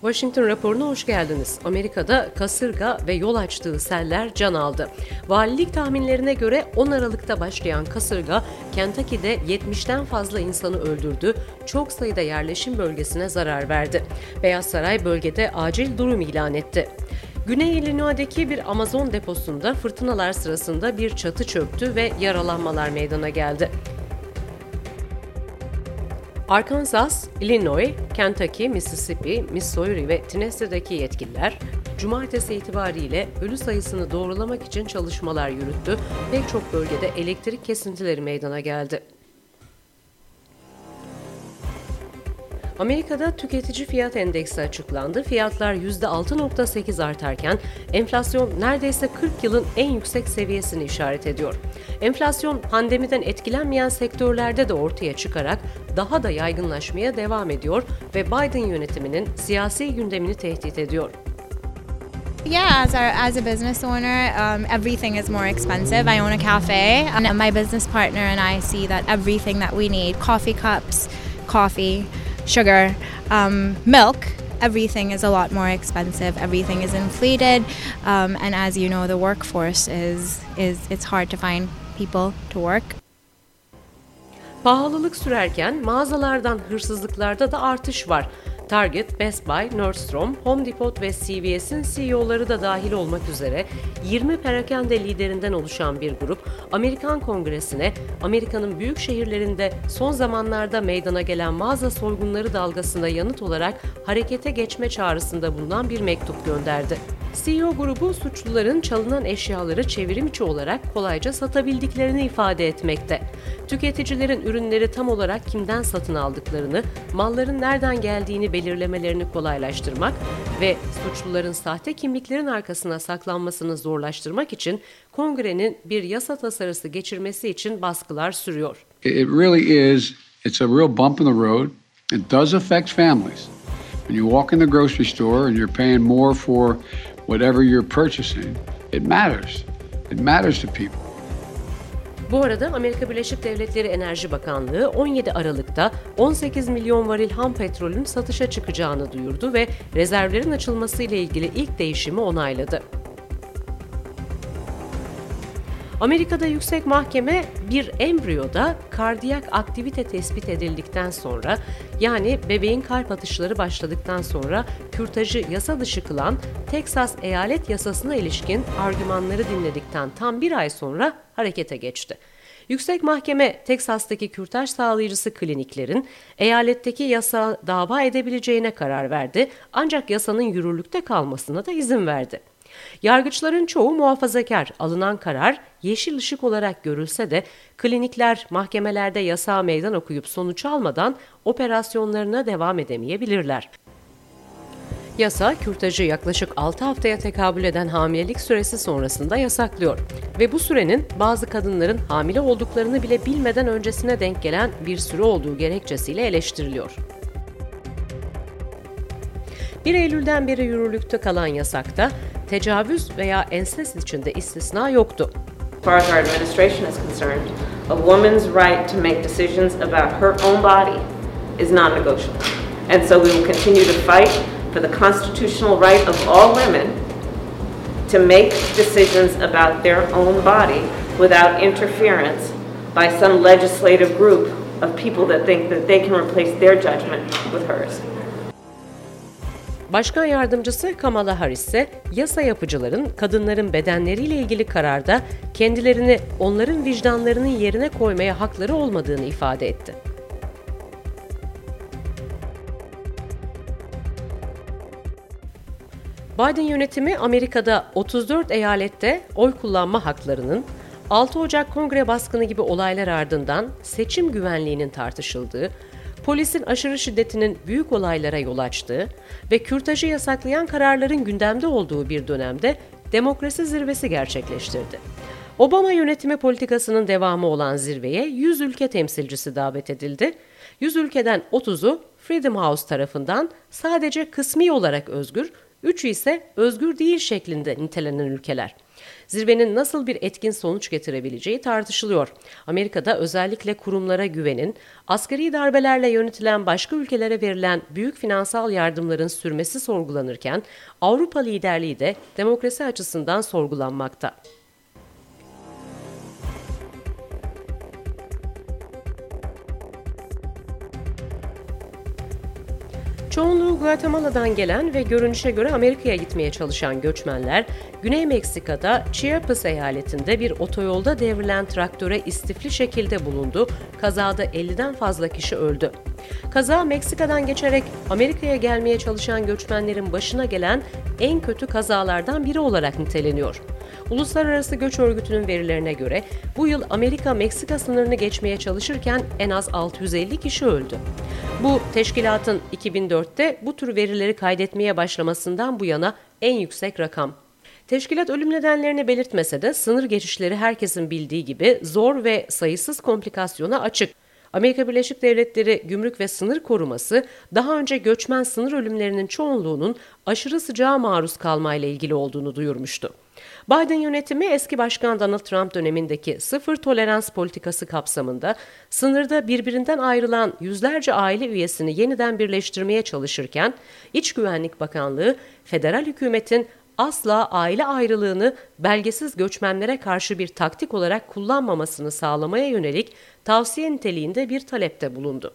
Washington raporuna hoş geldiniz. Amerika'da kasırga ve yol açtığı seller can aldı. Valilik tahminlerine göre 10 Aralık'ta başlayan kasırga Kentucky'de 70'ten fazla insanı öldürdü, çok sayıda yerleşim bölgesine zarar verdi. Beyaz Saray bölgede acil durum ilan etti. Güney Illinois'daki bir Amazon deposunda fırtınalar sırasında bir çatı çöktü ve yaralanmalar meydana geldi. Arkansas, Illinois, Kentucky, Mississippi, Missouri ve Tennessee'deki yetkililer, Cumartesi itibariyle ölü sayısını doğrulamak için çalışmalar yürüttü. Pek çok bölgede elektrik kesintileri meydana geldi. Amerika'da tüketici fiyat endeksi açıklandı. Fiyatlar %6.8 artarken enflasyon neredeyse 40 yılın en yüksek seviyesini işaret ediyor. Enflasyon pandemiden etkilenmeyen sektörlerde de ortaya çıkarak daha da yaygınlaşmaya devam ediyor ve Biden yönetiminin siyasi gündemini tehdit ediyor. Yeah, as a business owner, everything is more expensive. I own a cafe, and my business partner and I see that everything that we need, coffee cups, coffee, sugar, milk, everything is a lot more expensive. Everything is inflated, and as you know, the workforce is it's hard to find people to work. Pahalılık sürerken mağazalardan hırsızlıklarda da artış var. Target, Best Buy, Nordstrom, Home Depot ve CVS'in CEO'ları da dahil olmak üzere 20 perakende liderinden oluşan bir grup, Amerikan Kongresi'ne Amerika'nın büyük şehirlerinde son zamanlarda meydana gelen mağaza soygunları dalgasına yanıt olarak harekete geçme çağrısında bulunan bir mektup gönderdi. CEO grubu suçluların çalınan eşyaları çevrim içi olarak kolayca satabildiklerini ifade etmekte. Tüketicilerin ürünleri tam olarak kimden satın aldıklarını, malların nereden geldiğini belirlemelerini kolaylaştırmak ve suçluların sahte kimliklerin arkasına saklanmasını zorlaştırmak için Kongre'nin bir yasa tasarısı geçirmesi için baskılar sürüyor. It's a real bump in the road. It does affect families. When you walk in the grocery store and you're paying more for whatever you're purchasing, it matters. It matters to people. Bu arada Amerika Birleşik Devletleri Enerji Bakanlığı 17 Aralık'ta 18 milyon varil ham petrolün satışa çıkacağını duyurdu ve rezervlerin açılmasıyla ilgili ilk değişimi onayladı. Amerika'da yüksek mahkeme bir embriyoda kardiyak aktivite tespit edildikten sonra, yani bebeğin kalp atışları başladıktan sonra kürtajı yasa dışı kılan Teksas eyalet yasasına ilişkin argümanları dinledikten tam bir ay sonra harekete geçti. Yüksek Mahkeme, Teksas'taki kürtaj sağlayıcısı kliniklerin eyaletteki yasa dava edebileceğine karar verdi, ancak yasanın yürürlükte kalmasına da izin verdi. Yargıçların çoğu muhafazakar, alınan karar yeşil ışık olarak görülse de klinikler mahkemelerde yasağa meydan okuyup sonuç almadan operasyonlarına devam edemeyebilirler. Yasa, kürtajı yaklaşık 6 haftaya tekabül eden hamilelik süresi sonrasında yasaklıyor ve bu sürenin bazı kadınların hamile olduklarını bile bilmeden öncesine denk gelen bir süre olduğu gerekçesiyle eleştiriliyor. 1 Eylül'den beri yürürlükte kalan yasakta tecavüz veya ensest içinde istisna yoktu. As far as our administration is concerned, a woman's right to make decisions about her own body is non-negotiable. And so we will continue to fight for the constitutional right of all women to make decisions about their own body without interference by some legislative group of people that think that they can replace their judgment with hers. Başkan Yardımcısı Kamala Harris ise yasa yapıcıların kadınların bedenleriyle ilgili kararda kendilerini onların vicdanlarının yerine koymaya hakları olmadığını ifade etti. Biden yönetimi Amerika'da 34 eyalette oy kullanma haklarının, 6 Ocak Kongre baskını gibi olaylar ardından seçim güvenliğinin tartışıldığı, polisin aşırı şiddetinin büyük olaylara yol açtığı ve kürtajı yasaklayan kararların gündemde olduğu bir dönemde demokrasi zirvesi gerçekleştirdi. Obama yönetimi politikasının devamı olan zirveye 100 ülke temsilcisi davet edildi. 100 ülkeden 30'u Freedom House tarafından sadece kısmi olarak özgür, 3'ü ise özgür değil şeklinde nitelenen ülkeler. Zirvenin nasıl bir etkin sonuç getirebileceği tartışılıyor. Amerika'da özellikle kurumlara güvenin, asgari darbelerle yönetilen başka ülkelere verilen büyük finansal yardımların sürmesi sorgulanırken, Avrupa liderliği de demokrasi açısından sorgulanmakta. Çoğunluğu Guatemala'dan gelen ve görünüşe göre Amerika'ya gitmeye çalışan göçmenler, Güney Meksika'da Chiapas eyaletinde bir otoyolda devrilen traktöre istifli şekilde bulundu. Kazada 50'den fazla kişi öldü. Kaza, Meksika'dan geçerek Amerika'ya gelmeye çalışan göçmenlerin başına gelen en kötü kazalardan biri olarak niteleniyor. Uluslararası Göç Örgütü'nün verilerine göre bu yıl Amerika-Meksika sınırını geçmeye çalışırken en az 650 kişi öldü. Bu, teşkilatın 2004'te bu tür verileri kaydetmeye başlamasından bu yana en yüksek rakam. Teşkilat ölüm nedenlerini belirtmese de sınır geçişleri herkesin bildiği gibi zor ve sayısız komplikasyona açık. Amerika Birleşik Devletleri Gümrük ve Sınır Koruması daha önce göçmen sınır ölümlerinin çoğunluğunun aşırı sıcağa maruz kalmayla ilgili olduğunu duyurmuştu. Biden yönetimi eski başkan Donald Trump dönemindeki sıfır tolerans politikası kapsamında sınırda birbirinden ayrılan yüzlerce aile üyesini yeniden birleştirmeye çalışırken İç Güvenlik Bakanlığı federal hükümetin asla aile ayrılığını belgesiz göçmenlere karşı bir taktik olarak kullanmamasını sağlamaya yönelik tavsiye niteliğinde bir talepte bulundu.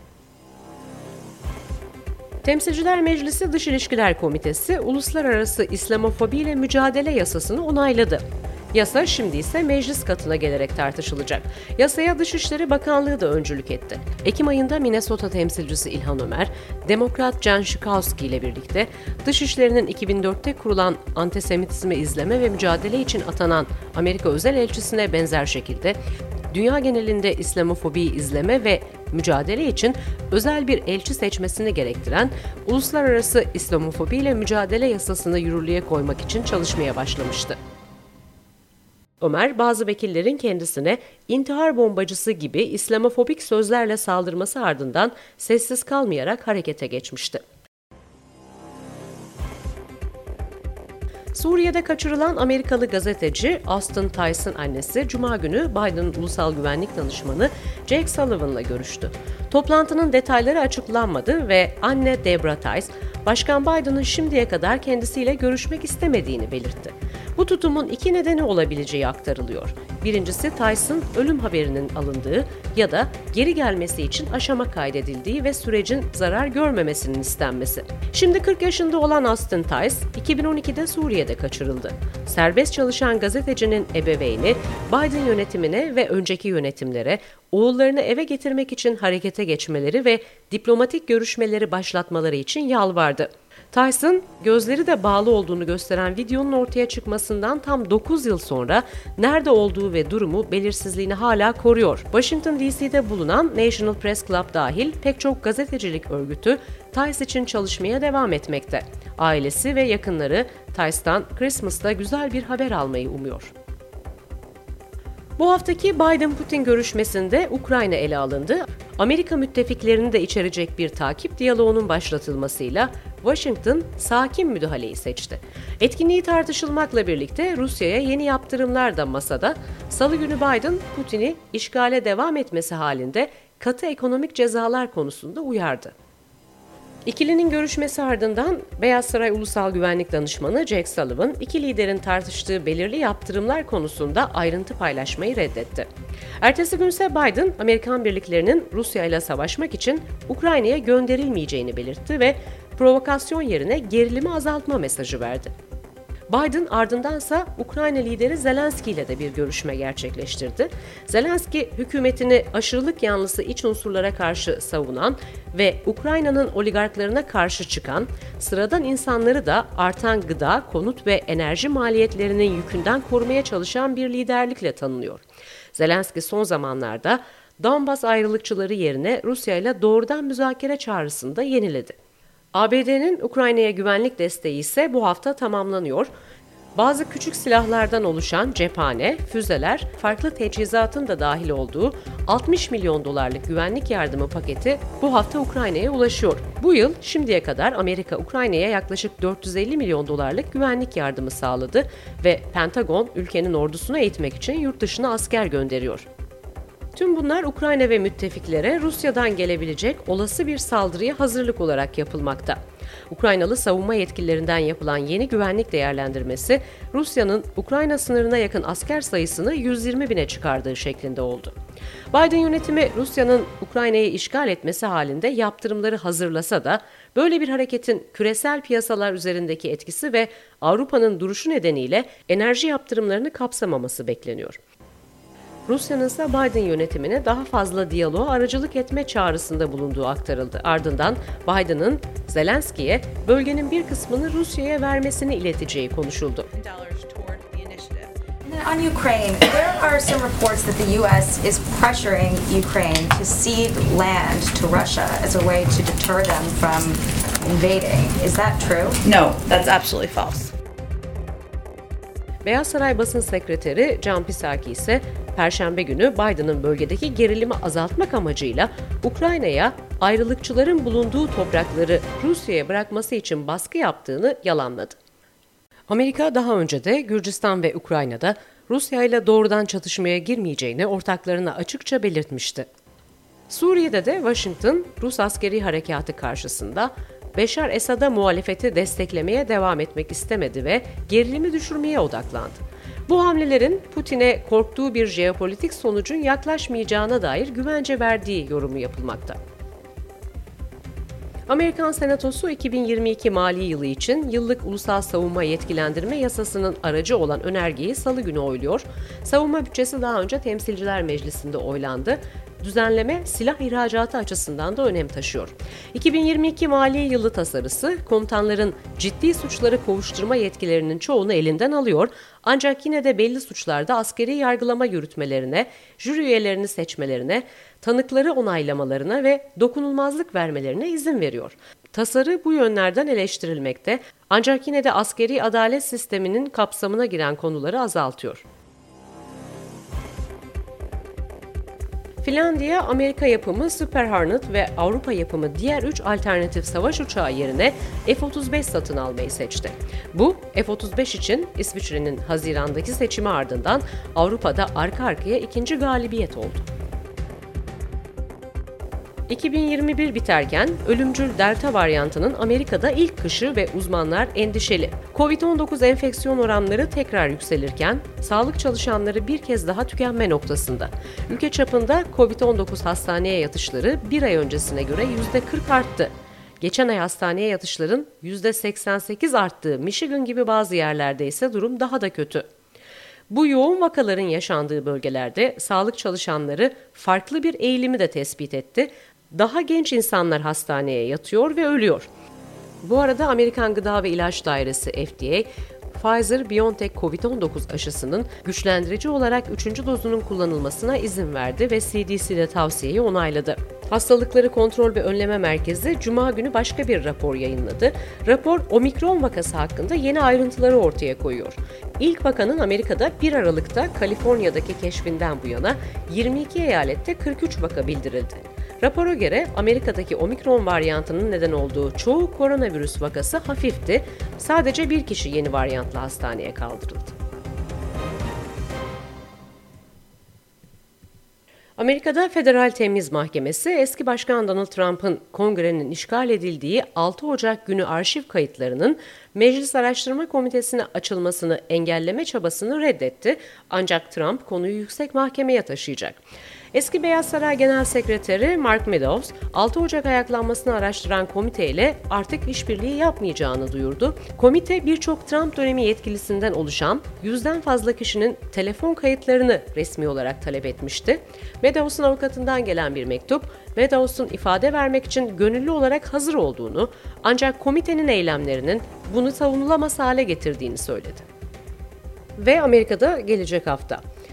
Temsilciler Meclisi Dış İlişkiler Komitesi, Uluslararası İslamofobiyle Mücadele Yasasını onayladı. Yasa şimdi ise meclis katına gelerek tartışılacak. Yasaya Dışişleri Bakanlığı da öncülük etti. Ekim ayında Minnesota temsilcisi İlhan Ömer, Demokrat Jen Schakowsky ile birlikte Dışişleri'nin 2004'te kurulan antisemitizmi izleme ve mücadele için atanan Amerika özel elçisine benzer şekilde dünya genelinde İslamofobiyi izleme ve mücadele için özel bir elçi seçmesini gerektiren Uluslararası İslamofobiyle Mücadele Yasasını yürürlüğe koymak için çalışmaya başlamıştı. Ömer, bazı vekillerin kendisine intihar bombacısı gibi İslamofobik sözlerle saldırması ardından sessiz kalmayarak harekete geçmişti. Suriye'de kaçırılan Amerikalı gazeteci Austin Tice'ın annesi Cuma günü Biden'ın Ulusal Güvenlik Danışmanı Jake Sullivan'la görüştü. Toplantının detayları açıklanmadı ve anne Deborah Tice, Başkan Biden'ın şimdiye kadar kendisiyle görüşmek istemediğini belirtti. Bu tutumun iki nedeni olabileceği aktarılıyor. Birincisi, Tice'ın ölüm haberinin alındığı ya da geri gelmesi için aşama kaydedildiği ve sürecin zarar görmemesinin istenmesi. Şimdi 40 yaşında olan Austin Tice, 2012'de Suriye'de kaçırıldı. Serbest çalışan gazetecinin ebeveyni, Biden yönetimine ve önceki yönetimlere oğullarını eve getirmek için harekete geçmeleri ve diplomatik görüşmeleri başlatmaları için yalvardı. Tyson, gözleri de bağlı olduğunu gösteren videonun ortaya çıkmasından tam 9 yıl sonra nerede olduğu ve durumu belirsizliğini hala koruyor. Washington DC'de bulunan National Press Club dahil pek çok gazetecilik örgütü Tice için çalışmaya devam etmekte. Ailesi ve yakınları Tice'dan Christmas'ta güzel bir haber almayı umuyor. Bu haftaki Biden-Putin görüşmesinde Ukrayna ele alındı. Amerika müttefiklerini de içerecek bir takip diyaloğunun başlatılmasıyla Washington sakin müdahaleyi seçti. Etkinliği tartışılmakla birlikte Rusya'ya yeni yaptırımlar da masada. Salı günü Biden, Putin'i işgale devam etmesi halinde katı ekonomik cezalar konusunda uyardı. İkilinin görüşmesi ardından Beyaz Saray Ulusal Güvenlik Danışmanı Jake Sullivan, iki liderin tartıştığı belirli yaptırımlar konusunda ayrıntı paylaşmayı reddetti. Ertesi günse Biden, Amerikan birliklerinin Rusya ile savaşmak için Ukrayna'ya gönderilmeyeceğini belirtti ve provokasyon yerine gerilimi azaltma mesajı verdi. Biden ardındansa Ukrayna lideri Zelenski ile de bir görüşme gerçekleştirdi. Zelenski, hükümetini aşırılık yanlısı iç unsurlara karşı savunan ve Ukrayna'nın oligarklarına karşı çıkan, sıradan insanları da artan gıda, konut ve enerji maliyetlerinin yükünden korumaya çalışan bir liderlikle tanınıyor. Zelenski son zamanlarda Donbas ayrılıkçıları yerine Rusya ile doğrudan müzakere çağrısını da yeniledi. ABD'nin Ukrayna'ya güvenlik desteği ise bu hafta tamamlanıyor. Bazı küçük silahlardan oluşan cephane, füzeler, farklı teçhizatın da dahil olduğu 60 milyon dolarlık güvenlik yardımı paketi bu hafta Ukrayna'ya ulaşıyor. Bu yıl şimdiye kadar Amerika Ukrayna'ya yaklaşık 450 milyon dolarlık güvenlik yardımı sağladı ve Pentagon ülkenin ordusunu eğitmek için yurt dışına asker gönderiyor. Tüm bunlar Ukrayna ve müttefiklere Rusya'dan gelebilecek olası bir saldırıya hazırlık olarak yapılmakta. Ukraynalı savunma yetkililerinden yapılan yeni güvenlik değerlendirmesi, Rusya'nın Ukrayna sınırına yakın asker sayısını 120 bine çıkardığı şeklinde oldu. Biden yönetimi Rusya'nın Ukrayna'yı işgal etmesi halinde yaptırımları hazırlasa da böyle bir hareketin küresel piyasalar üzerindeki etkisi ve Avrupa'nın duruşu nedeniyle enerji yaptırımlarını kapsamaması bekleniyor. Rusya'nın ise Biden yönetimine daha fazla diyaloğa aracılık etme çağrısında bulunduğu aktarıldı. Ardından Biden'ın Zelenski'ye bölgenin bir kısmını Rusya'ya vermesini ileteceği konuşuldu. On Ukraine, there are some reports that the U.S. is pressuring Ukraine to cede land to Russia as a way to deter them from invading. Is that true? No, that's absolutely false. Beyaz Saray Basın Sekreteri Jan Psaki ise Perşembe günü Biden'ın bölgedeki gerilimi azaltmak amacıyla Ukrayna'ya ayrılıkçıların bulunduğu toprakları Rusya'ya bırakması için baskı yaptığını yalanladı. Amerika daha önce de Gürcistan ve Ukrayna'da Rusya ile doğrudan çatışmaya girmeyeceğini ortaklarına açıkça belirtmişti. Suriye'de de Washington, Rus askeri harekatı karşısında Beşar Esad'a muhalefeti desteklemeye devam etmek istemedi ve gerilimi düşürmeye odaklandı. Bu hamlelerin Putin'e korktuğu bir jeopolitik sonucun yaklaşmayacağına dair güvence verdiği yorumu yapılmakta. Amerikan Senatosu 2022 mali yılı için yıllık ulusal savunma yetkilendirme yasasının aracı olan önergeyi Salı günü oyluyor. Savunma bütçesi daha önce Temsilciler Meclisi'nde oylandı. Düzenleme silah ihracatı açısından da önem taşıyor. 2022 mali yılı tasarısı komutanların ciddi suçları kovuşturma yetkilerinin çoğunu elinden alıyor. Ancak yine de belli suçlarda askeri yargılama yürütmelerine, jüri üyelerini seçmelerine, tanıkları onaylamalarına ve dokunulmazlık vermelerine izin veriyor. Tasarı bu yönlerden eleştirilmekte ancak yine de askeri adalet sisteminin kapsamına giren konuları azaltıyor. Finlandiya, Amerika yapımı Super Hornet ve Avrupa yapımı diğer 3 alternatif savaş uçağı yerine F-35 satın almayı seçti. Bu, F-35 için İsviçre'nin Haziran'daki seçimi ardından Avrupa'da arka arkaya ikinci galibiyet oldu. 2021 biterken ölümcül Delta varyantının Amerika'da ilk kışı ve uzmanlar endişeli. Covid-19 enfeksiyon oranları tekrar yükselirken sağlık çalışanları bir kez daha tükenme noktasında. Ülke çapında Covid-19 hastaneye yatışları bir ay öncesine göre %40 arttı. Geçen ay hastaneye yatışların %88 arttığı Michigan gibi bazı yerlerde ise durum daha da kötü. Bu yoğun vakaların yaşandığı bölgelerde sağlık çalışanları farklı bir eğilimi de tespit etti. Daha genç insanlar hastaneye yatıyor ve ölüyor. Bu arada Amerikan Gıda ve İlaç Dairesi FDA, Pfizer-BioNTech COVID-19 aşısının güçlendirici olarak 3. dozunun kullanılmasına izin verdi ve CDC'de tavsiyeyi onayladı. Hastalıkları Kontrol ve Önleme Merkezi Cuma günü başka bir rapor yayınladı. Rapor, omikron vakası hakkında yeni ayrıntıları ortaya koyuyor. İlk vakanın Amerika'da 1 Aralık'ta Kaliforniya'daki keşfinden bu yana 22 eyalette 43 vaka bildirildi. Rapora göre Amerika'daki omikron varyantının neden olduğu çoğu koronavirüs vakası hafifti. Sadece bir kişi yeni varyantla hastaneye kaldırıldı. Amerika'da Federal Temyiz Mahkemesi, eski başkan Donald Trump'ın Kongre'nin işgal edildiği 6 Ocak günü arşiv kayıtlarının Meclis Araştırma Komitesi'ne açılmasını engelleme çabasını reddetti. Ancak Trump konuyu yüksek mahkemeye taşıyacak. Eski Beyaz Saray Genel Sekreteri Mark Meadows, 6 Ocak ayaklanmasını araştıran komiteyle artık işbirliği yapmayacağını duyurdu. Komite birçok Trump dönemi yetkilisinden oluşan 100'den fazla kişinin telefon kayıtlarını resmi olarak talep etmişti. Meadows'un avukatından gelen bir mektup, Meadows'un ifade vermek için gönüllü olarak hazır olduğunu, ancak komitenin eylemlerinin bunu savunulamaz hale getirdiğini söyledi. Ve Amerika'da gelecek hafta.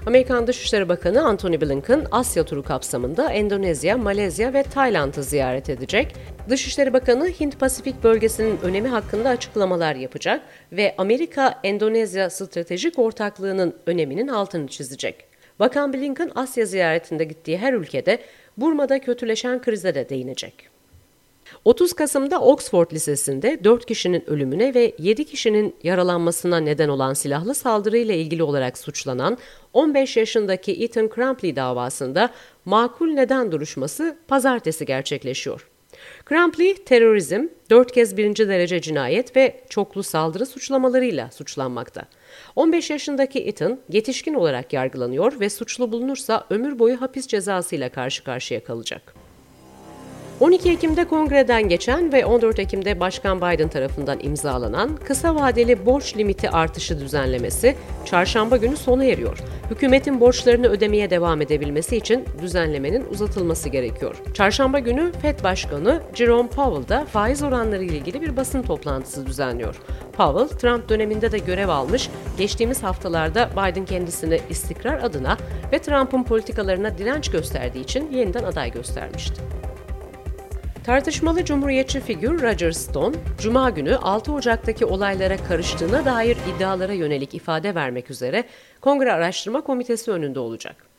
Amerikan Dışişleri Bakanı Antony Blinken, Asya turu kapsamında Endonezya, Malezya ve Tayland'ı ziyaret edecek. Dışişleri Bakanı, Hint-Pasifik bölgesinin önemi hakkında açıklamalar yapacak ve Amerika-Endonezya stratejik ortaklığının öneminin altını çizecek. Bakan Blinken, Asya ziyaretinde gittiği her ülkede Burma'da kötüleşen krize de değinecek. 30 Kasım'da Oxford Lisesi'nde 4 kişinin ölümüne ve 7 kişinin yaralanmasına neden olan silahlı saldırıyla ilgili olarak suçlanan 15 yaşındaki Ethan Crumbley davasında makul neden duruşması pazartesi gerçekleşiyor. Crumbley, terörizm, 4 kez 1. derece cinayet ve çoklu saldırı suçlamalarıyla suçlanmakta. 15 yaşındaki Ethan, yetişkin olarak yargılanıyor ve suçlu bulunursa ömür boyu hapis cezasıyla karşı karşıya kalacak. 12 Ekim'de Kongreden geçen ve 14 Ekim'de Başkan Biden tarafından imzalanan kısa vadeli borç limiti artışı düzenlemesi çarşamba günü sona eriyor. Hükümetin borçlarını ödemeye devam edebilmesi için düzenlemenin uzatılması gerekiyor. Çarşamba günü FED Başkanı Jerome Powell da faiz oranları ile ilgili bir basın toplantısı düzenliyor. Powell, Trump döneminde de görev almış, geçtiğimiz haftalarda Biden kendisini istikrar adına ve Trump'ın politikalarına direnç gösterdiği için yeniden aday göstermişti. Tartışmalı Cumhuriyetçi figür Roger Stone, Cuma günü 6 Ocak'taki olaylara karıştığına dair iddialara yönelik ifade vermek üzere Kongre Araştırma Komitesi önünde olacak.